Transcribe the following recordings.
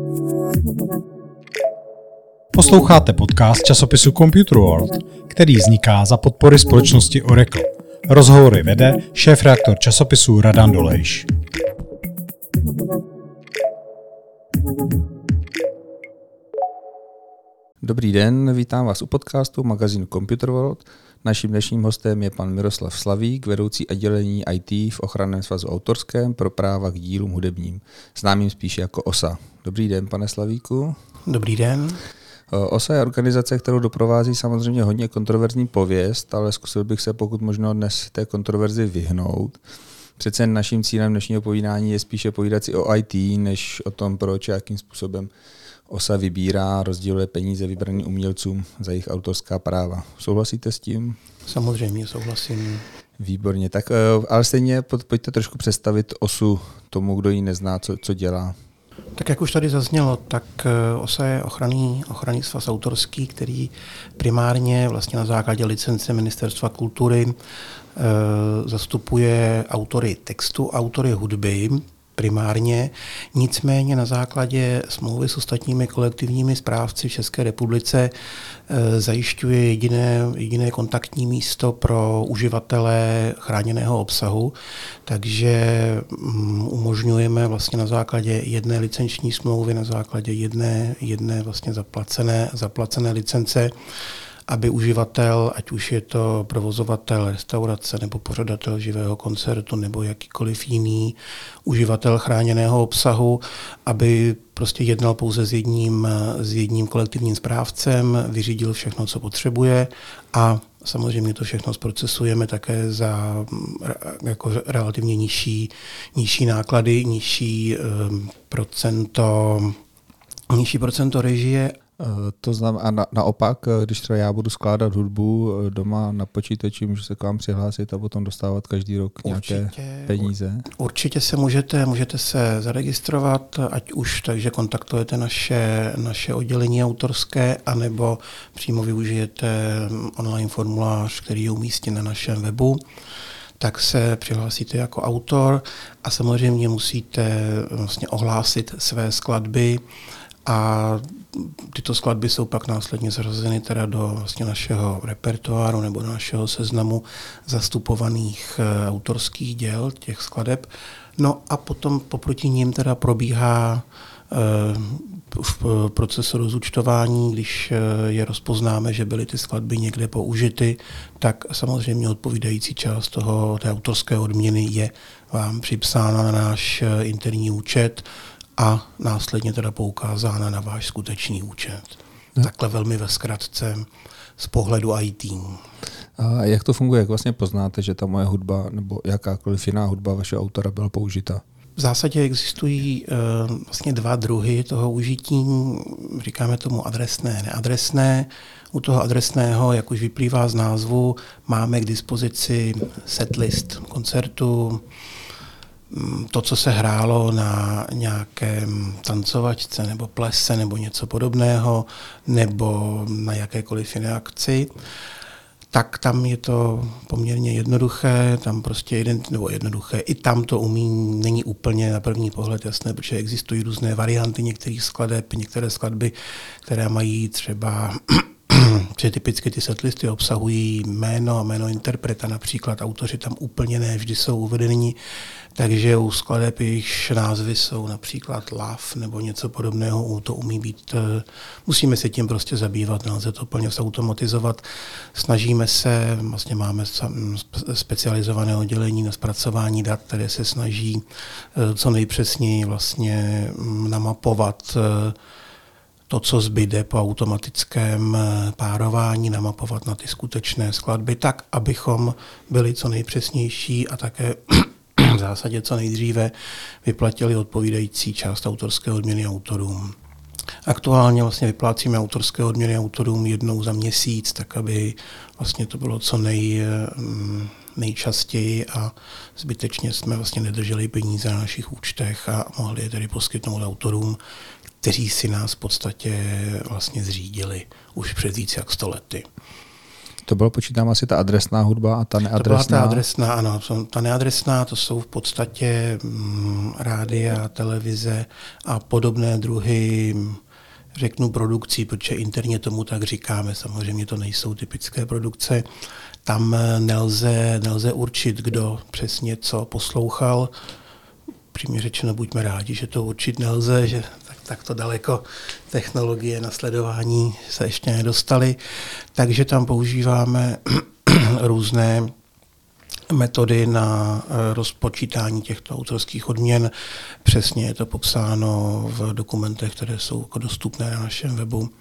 Posloucháte podcast časopisu Computer World, který vzniká za podpory společnosti Oracle. Rozhovory vede šéfredaktor časopisu Radan Dolejš. Dobrý den, vítám vás u podcastu magazínu Computer World. Naším dnešním hostem je pan Miroslav Slavík, vedoucí oddělení IT v Ochranném svazu autorském pro práva k dílům hudebním, známým spíše jako OSA. Dobrý den, pane Slavíku. Dobrý den. OSA je organizace, kterou doprovází samozřejmě hodně kontroverzní pověst, ale zkusil bych se pokud možno dnes té kontroverzi vyhnout. Přece naším cílem dnešního povídání je spíše povídat si o IT, než o tom, proč a jakým způsobem OSA vybírá, rozděluje peníze vybraným umělcům za jejich autorská práva. Souhlasíte s tím? Samozřejmě souhlasím. Výborně, tak ale stejně pojďte trošku představit OSu tomu, kdo ji nezná, co dělá. Tak jak už tady zaznělo, tak OSA je ochranný svaz autorský, který primárně vlastně na základě licence Ministerstva kultury zastupuje autory textu, autory hudby primárně, nicméně na základě smlouvy s ostatními kolektivními správci v České republice zajišťuje jediné kontaktní místo pro uživatele chráněného obsahu, takže umožňujeme vlastně na základě jedné licenční smlouvy, na základě jedné vlastně zaplacené licence, aby uživatel, ať už je to provozovatel restaurace nebo pořadatel živého koncertu nebo jakýkoliv jiný uživatel chráněného obsahu, aby prostě jednal pouze s jedním kolektivním správcem, vyřídil všechno, co potřebuje a samozřejmě to všechno zprocesujeme také za jako relativně nižší náklady, nižší procento režie. To znamená, a naopak, když třeba já budu skládat hudbu doma na počítači, můžu se k vám přihlásit a potom dostávat každý rok nějaké peníze? Určitě se můžete se zaregistrovat, ať už takže kontaktujete naše oddělení autorské, anebo přímo využijete online formulář, který je umístěn na našem webu. Tak se přihlásíte jako autor a samozřejmě musíte vlastně ohlásit své skladby a tyto skladby jsou pak následně zařazeny teda do vlastně našeho repertoáru nebo do našeho seznamu zastupovaných autorských děl, těch skladeb. No a potom poproti ním teda probíhá v procesu rozúčtování, když je rozpoznáme, že byly ty skladby někde použity, tak samozřejmě odpovídající část té autorské odměny je vám připsána na náš interní účet a následně teda poukázána na váš skutečný účet. Takhle velmi ve zkratce z pohledu IT. A jak to funguje? Jak vlastně poznáte, že ta moje hudba nebo jakákoliv jiná hudba vašeho autora byla použita? V zásadě existují vlastně dva druhy toho užití, říkáme tomu adresné, neadresné. U toho adresného, jak už vyplývá z názvu, máme k dispozici setlist koncertu, to, co se hrálo na nějakém tancovačce nebo plese nebo něco podobného, nebo na jakékoliv jiné akci, tak tam je to poměrně jednoduché, tam prostě jednoduché, i tam to není úplně na první pohled jasné, protože existují různé varianty některých skladeb, některé skladby, které mají třeba že typicky ty setlisty obsahují jméno a jméno interpreta, například autoři tam úplně ne vždy jsou uvedeni, takže u skladeb jejichž názvy jsou například Love nebo něco podobného, to umí být, musíme se tím prostě zabývat, nelze to plně zautomatizovat. Snažíme se, vlastně máme specializované oddělení na zpracování dat, které se snaží co nejpřesněji vlastně namapovat to, co zbyde po automatickém párování, namapovat na ty skutečné skladby tak, abychom byli co nejpřesnější a také v zásadě co nejdříve vyplatili odpovídající část autorské odměny autorům. Aktuálně vlastně vyplácíme autorské odměny autorům jednou za měsíc, tak aby vlastně to bylo co nejčastěji a zbytečně jsme vlastně nedrželi peníze na našich účtech a mohli je tedy poskytnout autorům, kteří si nás v podstatě vlastně zřídili už před víc jak 100 lety. To bylo, počítám, asi ta adresná hudba a ta neadresná? To byla ta adresná, ano. Ta neadresná, to jsou v podstatě rádia, televize a podobné druhy, řeknu, produkcí, protože interně tomu tak říkáme. Samozřejmě to nejsou typické produkce. Tam nelze určit, kdo přesně co poslouchal. Přímě řečeno, buďme rádi, že to určit nelze, že takto daleko technologie na sledování se ještě nedostaly. Takže tam používáme různé metody na rozpočítání těchto autorských odměn. Přesně je to popsáno v dokumentech, které jsou dostupné na našem webu.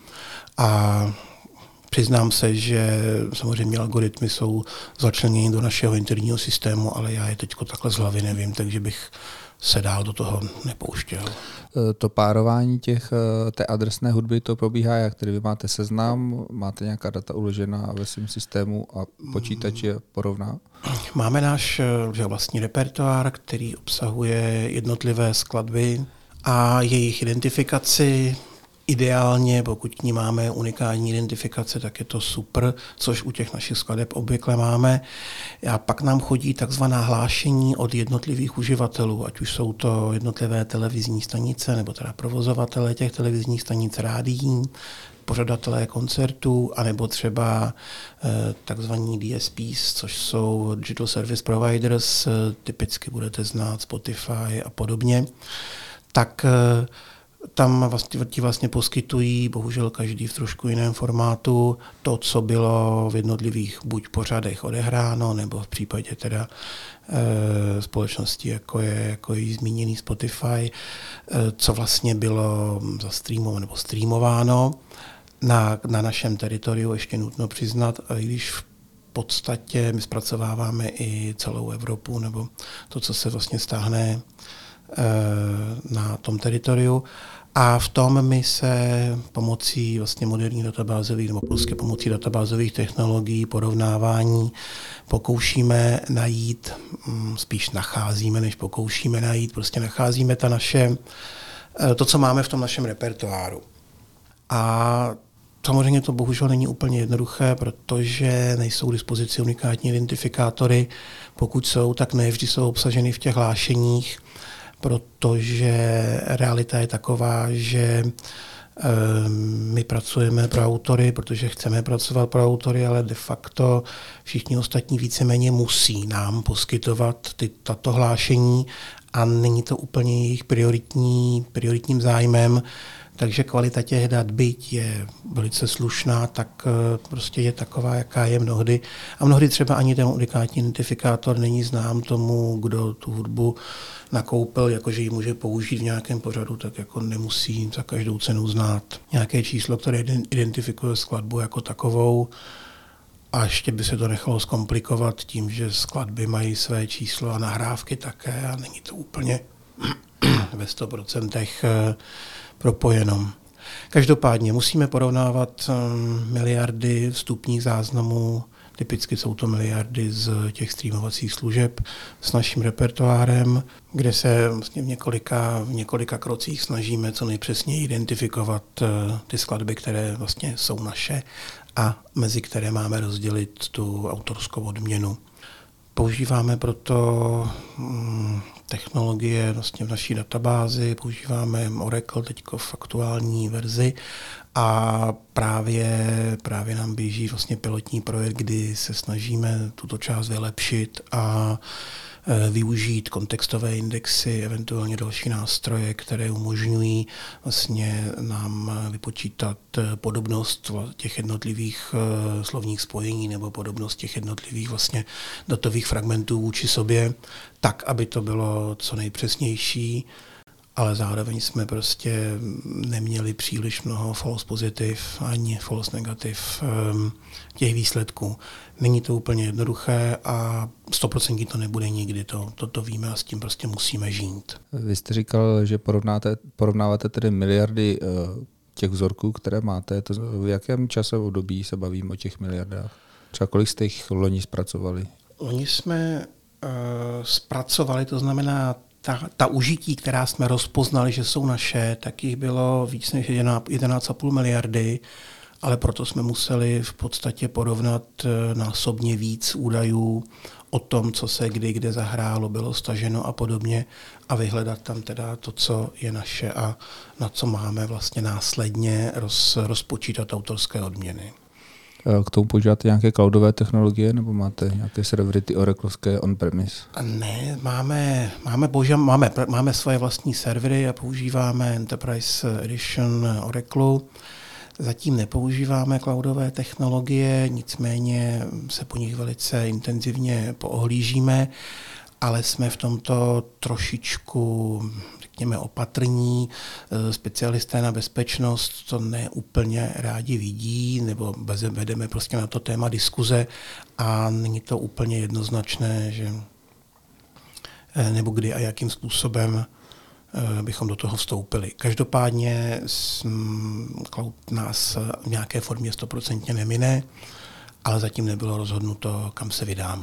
A přiznám se, že samozřejmě algoritmy jsou začleněny do našeho interního systému, ale já je teď takhle z hlavy nevím, takže bych se dál do toho nepouštěl. To párování té adresné hudby, to probíhá jak? Tedy vy máte seznam, máte nějaká data uložená ve svém systému a počítač je porovná? Máme náš vlastní repertoár, který obsahuje jednotlivé skladby a jejich identifikaci. Ideálně, pokud k ní máme unikátní identifikace, tak je to super, což u těch našich skladeb obvykle máme. A pak nám chodí takzvaná hlášení od jednotlivých uživatelů, ať už jsou to jednotlivé televizní stanice, nebo teda provozovatele těch televizních stanic rádií, pořadatelé koncertů, anebo třeba takzvaní DSPs, což jsou Digital Service Providers, typicky budete znát Spotify a podobně. Tak tam vlastně poskytují, bohužel každý v trošku jiném formátu, to, co bylo v jednotlivých buď pořadech odehráno, nebo v případě teda společnosti, jako je zmíněný Spotify, co vlastně bylo zastreamováno nebo streamováno na našem teritoriu, ještě nutno přiznat, i když v podstatě my zpracováváme i celou Evropu, nebo to, co se vlastně stáhne na tom teritoriu. A v tom my se pomocí vlastně moderních databázových nebo prostě pomocí databázových technologií, porovnávání pokoušíme najít, spíš nacházíme, než pokoušíme najít, prostě nacházíme to, co máme v tom našem repertoáru. A samozřejmě to bohužel není úplně jednoduché, protože nejsou k dispozici unikátní identifikátory. Pokud jsou, tak ne vždy jsou obsaženy v těch hlášeních, protože realita je taková, že my pracujeme pro autory, protože chceme pracovat pro autory, ale de facto všichni ostatní víceméně musí nám poskytovat tato hlášení a není to úplně jejich prioritním zájmem. Takže kvalita těch dat, byť je velice slušná, tak prostě je taková, jaká je mnohdy. A mnohdy třeba ani ten unikátní identifikátor není znám tomu, kdo tu hudbu nakoupil, jakože ji může použít v nějakém pořadu, tak jako nemusí za každou cenu znát nějaké číslo, které identifikuje skladbu jako takovou. A ještě by se to nechalo zkomplikovat tím, že skladby mají své číslo a nahrávky také a není to úplně ve 100% propojeno. Každopádně musíme porovnávat miliardy vstupních záznamů, typicky jsou to miliardy z těch streamovacích služeb s naším repertoárem, kde se vlastně v několika krocích snažíme co nejpřesněji identifikovat ty skladby, které vlastně jsou naše a mezi které máme rozdělit tu autorskou odměnu. Používáme proto technologie vlastně v naší databázi, používáme Oracle teďko v aktuální verzi a právě nám běží vlastně pilotní projekt, kdy se snažíme tuto část vylepšit a využít kontextové indexy, eventuálně další nástroje, které umožňují vlastně nám vypočítat podobnost těch jednotlivých slovních spojení nebo podobnost těch jednotlivých vlastně datových fragmentů vůči sobě, tak, aby to bylo co nejpřesnější, ale zároveň jsme prostě neměli příliš mnoho false positive ani false negative těch výsledků. Není to úplně jednoduché a 100% to nebude nikdy, to víme a s tím prostě musíme žít. Vy jste říkal, že porovnáváte tedy miliardy těch vzorků, které máte. V jakém časovém období se bavíme o těch miliardách? Třeba kolik jste jich loni zpracovali? Loni jsme zpracovali, to znamená ta užití, která jsme rozpoznali, že jsou naše, tak jich bylo víc než 11,5 miliardy ale proto jsme museli v podstatě porovnat násobně víc údajů o tom, co se kdy, kde zahrálo, bylo staženo a podobně a vyhledat tam teda to, co je naše a na co máme vlastně následně rozpočítat autorské odměny. K tomu používáte nějaké cloudové technologie nebo máte nějaké servery ty oraclovské on-premise? Ne, máme svoje vlastní servery a používáme Enterprise Edition Oracle. Zatím nepoužíváme cloudové technologie, nicméně se po nich velice intenzivně poohlížíme, ale jsme v tomto trošičku, řekněme, opatrní. Specialisté na bezpečnost to neúplně rádi vidí, nebo vedeme prostě na to téma diskuze a není to úplně jednoznačné, že nebo kdy a jakým způsobem bychom do toho vstoupili. Každopádně cloud nás v nějaké formě 100% nemine, ale zatím nebylo rozhodnuto, kam se vydáme.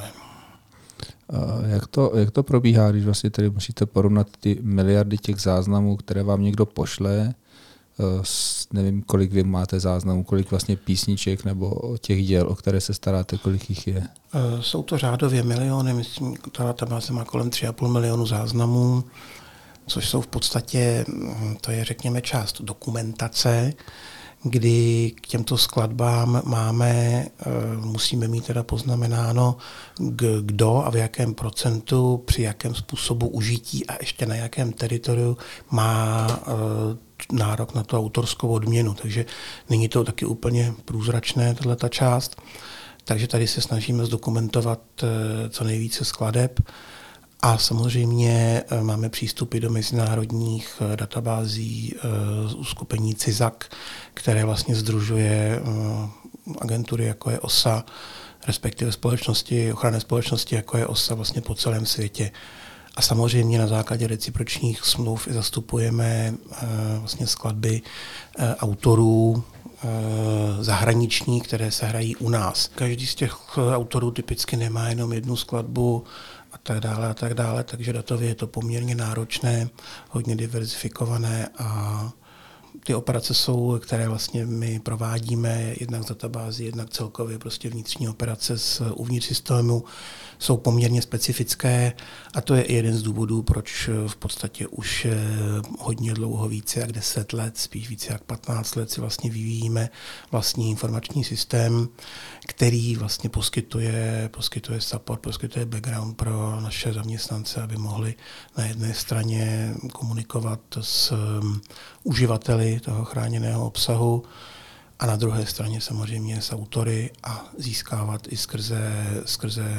Jak to probíhá, když vlastně tady musíte porovnat ty miliardy těch záznamů, které vám někdo pošle, nevím, kolik vy máte záznamů, kolik vlastně písniček nebo těch děl, o které se staráte, kolik jich je? Jsou to řádově miliony, myslím, ta databáze má kolem 3,5 milionu záznamů, což jsou v podstatě, to je řekněme část dokumentace, kdy k těmto skladbám musíme mít teda poznamenáno, kdo a v jakém procentu, při jakém způsobu užití a ještě na jakém teritoriu má nárok na tu autorskou odměnu. Takže není to taky úplně průzračné, tato část. Takže tady se snažíme zdokumentovat co nejvíce skladeb. A samozřejmě máme přístupy do mezinárodních databází uskupení CISAC, které vlastně sdružuje agentury, jako je OSA, respektive ochranné společnosti, jako je OSA vlastně po celém světě. A samozřejmě na základě recipročních smluv zastupujeme vlastně skladby autorů zahraničních, které se hrají u nás. Každý z těch autorů typicky nemá jenom jednu skladbu, a tak dále, takže datově je to poměrně náročné, hodně diverzifikované a ty operace jsou, které vlastně my provádíme, jednak z databází, jednak celkově prostě vnitřní operace uvnitř systému, jsou poměrně specifické a to je i jeden z důvodů, proč v podstatě už hodně dlouho, více jak 10 let, spíš více jak 15 let si vlastně vyvíjíme vlastní informační systém, který vlastně poskytuje support, poskytuje background pro naše zaměstnance, aby mohli na jedné straně komunikovat s uživateli toho chráněného obsahu a na druhé straně samozřejmě s autory a získávat i skrze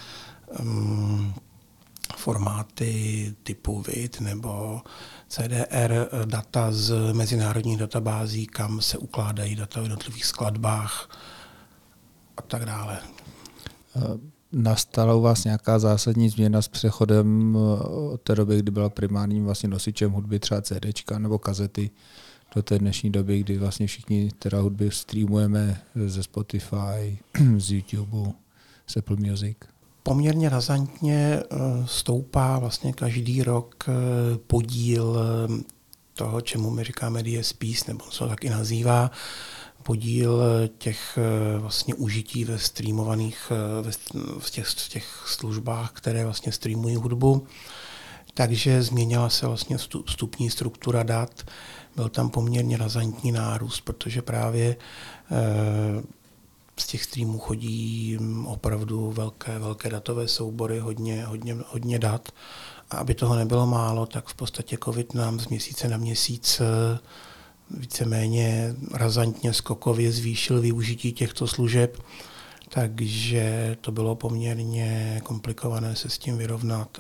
formáty typu VID nebo CDR data z mezinárodních databází, kam se ukládají data o jednotlivých skladbách a tak dále. Nastala u vás nějaká zásadní změna s přechodem od té doby, kdy byla primárním vlastně nosičem hudby třeba CDčka nebo kazety, do té dnešní doby, kdy vlastně všichni teda hudby streamujeme ze Spotify, z YouTube, z Apple Music? Poměrně razantně stoupá vlastně každý rok podíl toho, čemu my říkáme DSPs, nebo co tak i nazývá, podíl těch vlastně užití ve streamovaných, v těch službách, které vlastně streamují hudbu. Takže změnila se vlastně vstupní struktura dat, byl tam poměrně razantní nárůst, protože právě z těch streamů chodí opravdu velké datové soubory, hodně dat. A aby toho nebylo málo, tak v podstatě COVID nám z měsíce na měsíc víceméně razantně skokově zvýšil využití těchto služeb, takže to bylo poměrně komplikované se s tím vyrovnat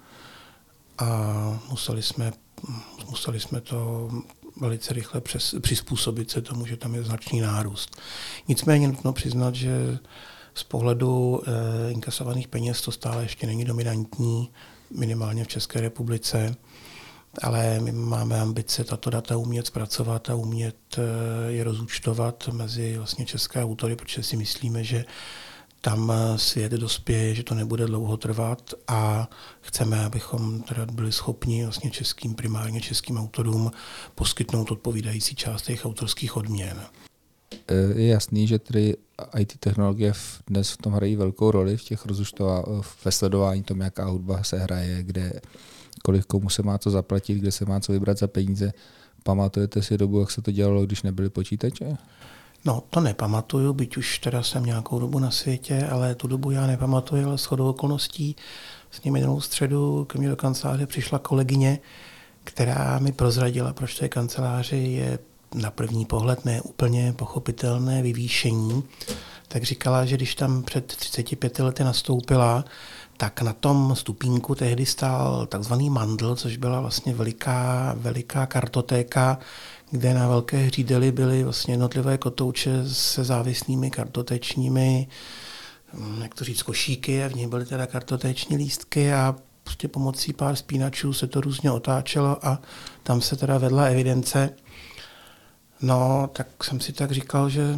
a museli jsme to velice rychle přizpůsobit se tomu, že tam je značný nárůst. Nicméně nutno přiznat, že z pohledu inkasovaných peněz to stále ještě není dominantní, minimálně v České republice, ale my máme ambice tato data umět zpracovat a umět je rozúčtovat mezi vlastně české autory, protože si myslíme, že tam svět dospěje, že to nebude dlouho trvat a chceme, abychom teda byli schopni vlastně primárně českým autorům poskytnout odpovídající část těch autorských odměn. je jasný, že tedy IT technologie dnes v tom hrají velkou roli v těch ve sledování tom, jaká hudba se hraje, kde, kolik komu se má co zaplatit, kde se má co vybrat za peníze. Pamatujete si dobu, jak se to dělalo, když nebyly počítače? No, to nepamatuju, byť už teda jsem nějakou dobu na světě, ale tu dobu já nepamatuju, ale shodou okolností vlastně minulou středu ke mně do kanceláře přišla kolegyně, která mi prozradila, proč té kanceláři je na první pohled ne úplně pochopitelné vyvýšení. Tak říkala, že když tam před 35 lety nastoupila, tak na tom stupínku tehdy stál takzvaný mandl, což byla vlastně veliká kartotéka, kde na velké hřídeli byly vlastně jednotlivé kotouče se závislými kartotečními, jak to říct, košíky, a v nich byly teda kartotéční lístky a prostě pomocí pár spínačů se to různě otáčelo a tam se teda vedla evidence. No, tak jsem si tak říkal, že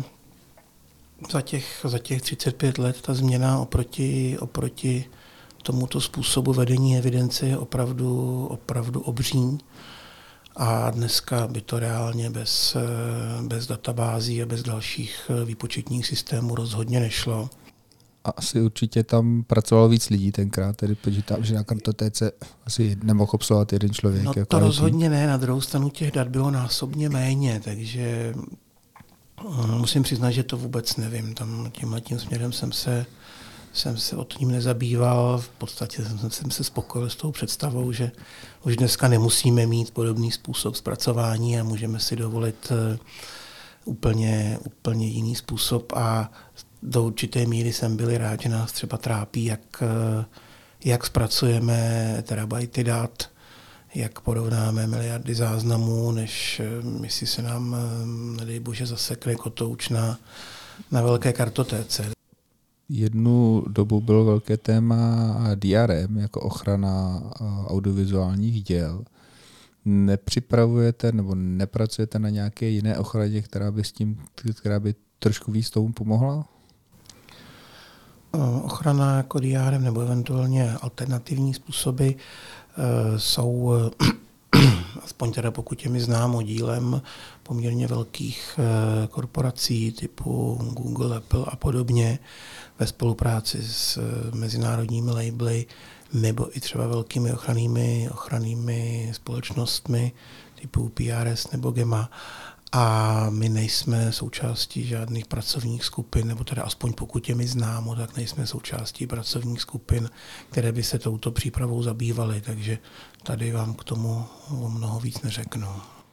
za těch 35 let ta změna oproti tomuto způsobu vedení evidence je opravdu obří. A dneska by to reálně bez databází a bez dalších výpočetních systémů rozhodně nešlo. A asi určitě tam pracovalo víc lidí tenkrát, tedy počítám, že na kartotéce asi nemohl obsluhovat jeden člověk. No jako to rozhodně ne, na druhou stranu těch dat bylo násobně méně, takže musím přiznat, že to vůbec nevím. Tam tímhletím směrem jsem se o tím nezabýval, v podstatě jsem se spokojil s tou představou, že už dneska nemusíme mít podobný způsob zpracování a můžeme si dovolit úplně jiný způsob a do určité míry jsem byl rád, že nás třeba trápí, jak zpracujeme terabajty dat, jak porovnáme miliardy záznamů, než jestli se nám, nedej bože, zasekne kotouč na velké kartotéce. Jednu dobu bylo velké téma DRM jako ochrana audiovizuálních děl. Nepřipravujete nebo nepracujete na nějaké jiné ochraně, která by trošku víc tomu pomohla? Ochrana jako DRM nebo eventuálně alternativní způsoby jsou, aspoň teda pokud je mi známo, dílem poměrně velkých korporací typu Google, Apple a podobně ve spolupráci s mezinárodními labely nebo i třeba velkými ochrannými společnostmi typu PRS nebo GEMA. A my nejsme součástí žádných pracovních skupin, nebo teda aspoň pokud je mi známo, tak nejsme součástí pracovních skupin, které by se touto přípravou zabývaly, takže tady vám k tomu mnoho víc neřeknu.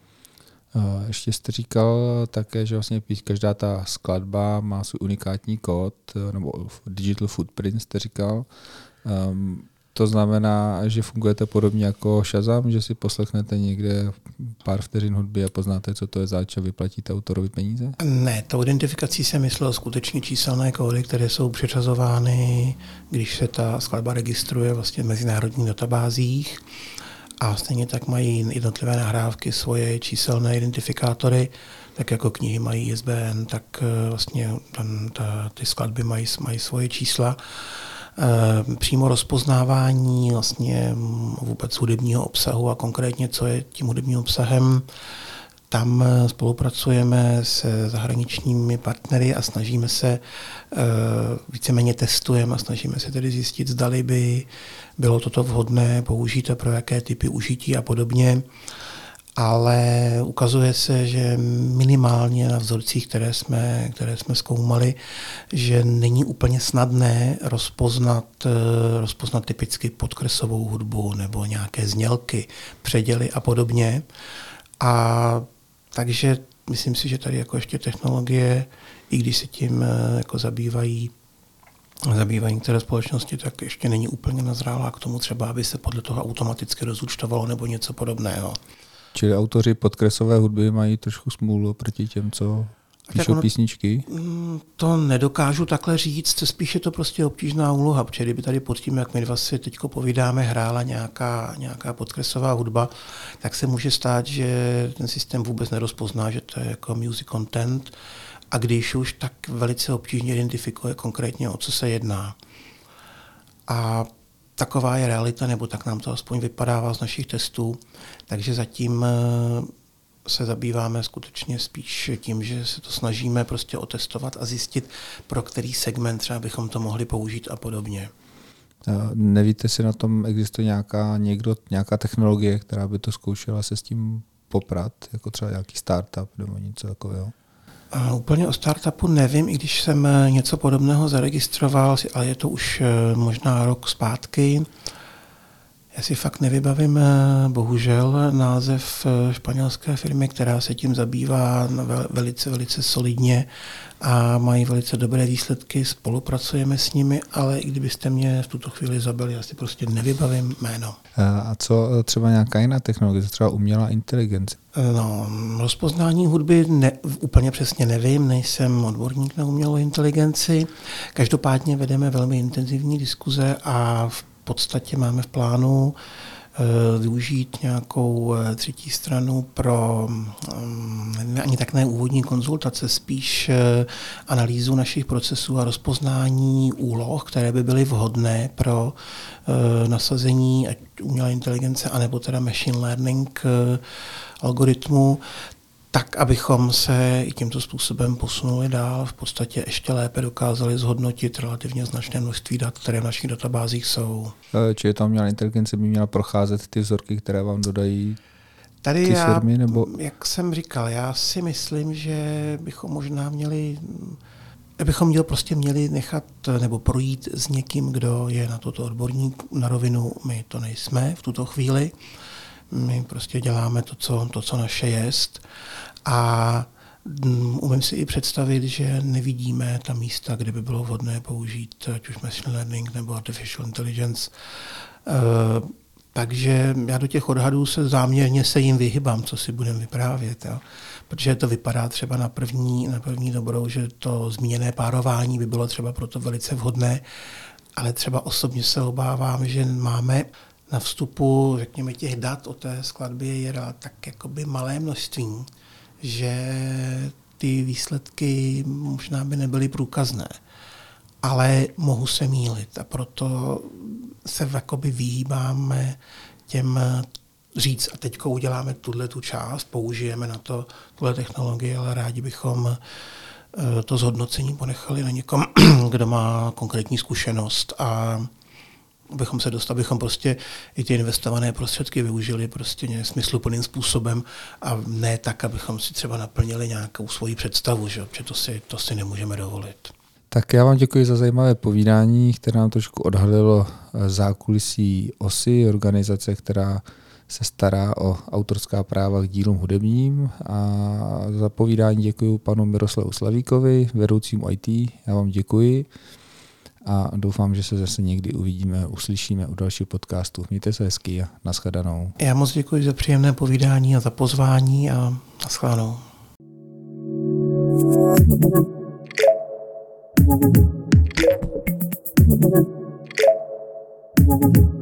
Ještě jste říkal také, že vlastně každá ta skladba má svůj unikátní kód, nebo digital footprint jste říkal. To znamená, že fungujete podobně jako Shazam, že si poslechnete někde pár vteřin hudby a poznáte, co to je zač a vyplatíte autorovi peníze? Ne, tou identifikací jsem myslel skutečně číselné kódy, které jsou přiřazovány, když se ta skladba registruje vlastně v mezinárodních databázích. A stejně tak mají jednotlivé nahrávky svoje číselné identifikátory, tak jako knihy mají ISBN, tak vlastně ty skladby mají svoje čísla. Přímo rozpoznávání vlastně vůbec hudebního obsahu a konkrétně, co je tím hudebním obsahem, tam spolupracujeme se zahraničními partnery a snažíme se, víceméně testujeme a snažíme se tedy zjistit, zdali by bylo toto vhodné použít a pro jaké typy užití a podobně. Ale ukazuje se, že minimálně na vzorcích, které jsme zkoumali, že není úplně snadné rozpoznat typicky podkresovou hudbu nebo nějaké znělky, předěly a podobně. A takže myslím si, že tady jako ještě technologie, i když se tím jako zabývají některé společnosti, tak ještě není úplně nazrálá k tomu třeba, aby se podle toho automaticky rozúčtovalo nebo něco podobného. Čili autoři podkresové hudby mají trošku smůlu proti těm, co píšou písničky? To nedokážu takhle říct, spíš je to prostě obtížná úloha, protože kdyby tady pod tím, jak my dva si teď povídáme, hrála nějaká podkresová hudba, tak se může stát, že ten systém vůbec nerozpozná, že to je jako music content, a když už, tak velice obtížně identifikuje konkrétně, o co se jedná. A taková je realita, nebo tak nám to aspoň vypadává z našich testů, takže zatím se zabýváme skutečně spíš tím, že se to snažíme prostě otestovat a zjistit, pro který segment třeba bychom to mohli použít a podobně. Nevíte, si na tom existuje nějaká technologie, která by to zkoušela se s tím poprat, jako třeba nějaký startup nebo něco takového? A úplně o startupu nevím, i když jsem něco podobného zaregistroval, ale je to už možná rok zpátky. Já si fakt nevybavím bohužel název španělské firmy, která se tím zabývá velice solidně a mají velice dobré výsledky, spolupracujeme s nimi, ale i kdybyste mě v tuto chvíli zabili, já si prostě nevybavím jméno. A co třeba nějaká jiná technologie, třeba umělá inteligence? No, rozpoznání hudby úplně přesně nevím, nejsem odborník na umělou inteligenci. Každopádně vedeme velmi intenzivní diskuze a v podstatě máme v plánu využít nějakou třetí stranu pro ani tak ne úvodní konzultace, spíš analýzu našich procesů a rozpoznání úloh, které by byly vhodné pro nasazení ať umělé inteligence, anebo teda machine learning algoritmu, tak, abychom se i tímto způsobem posunuli dál, v podstatě ještě lépe dokázali zhodnotit relativně značné množství dat, které v našich databázích jsou. Čili ta umělá inteligence by měla procházet ty vzorky, které vám dodají tady ty firmy? Nebo... jak jsem říkal, já si myslím, že bychom možná měli prostě měli nechat nebo projít s někým, kdo je na toto odborník. Na rovinu my to nejsme v tuto chvíli. My prostě děláme to, co naše jest. A umím si i představit, že nevidíme ta místa, kde by bylo vhodné použít ať už machine learning nebo artificial intelligence. Takže já do těch odhadů záměrně se jim vyhybám, co si budeme vyprávět. Jo. Protože to vypadá třeba na první dobrou, že to zmíněné párování by bylo třeba proto velice vhodné, ale třeba osobně se obávám, že máme na vstupu, řekněme, těch dat o té skladbě je tak jakoby malé množství, že ty výsledky možná by nebyly průkazné. Ale mohu se mýlit a proto se jakoby vyhýbáme těm říct a teďko uděláme tu část, použijeme na to tuhle technologii, ale rádi bychom to zhodnocení ponechali na někom, kdo má konkrétní zkušenost a abychom prostě i ty investované prostředky využili prostě smysluplným způsobem a ne tak, abychom si třeba naplnili nějakou svoji představu, že to si nemůžeme dovolit. Tak já vám děkuji za zajímavé povídání, které nám trošku odhalilo zákulisí OSI, organizace, která se stará o autorská práva k dílům hudebním. A za povídání děkuji panu Miroslavu Slavíkovi, vedoucímu IT. Já vám děkuji a doufám, že se zase někdy uvidíme, uslyšíme u dalšího podcastu. Mějte se hezky a nashledanou. Já moc děkuji za příjemné povídání a za pozvání a nashledanou. Thank you.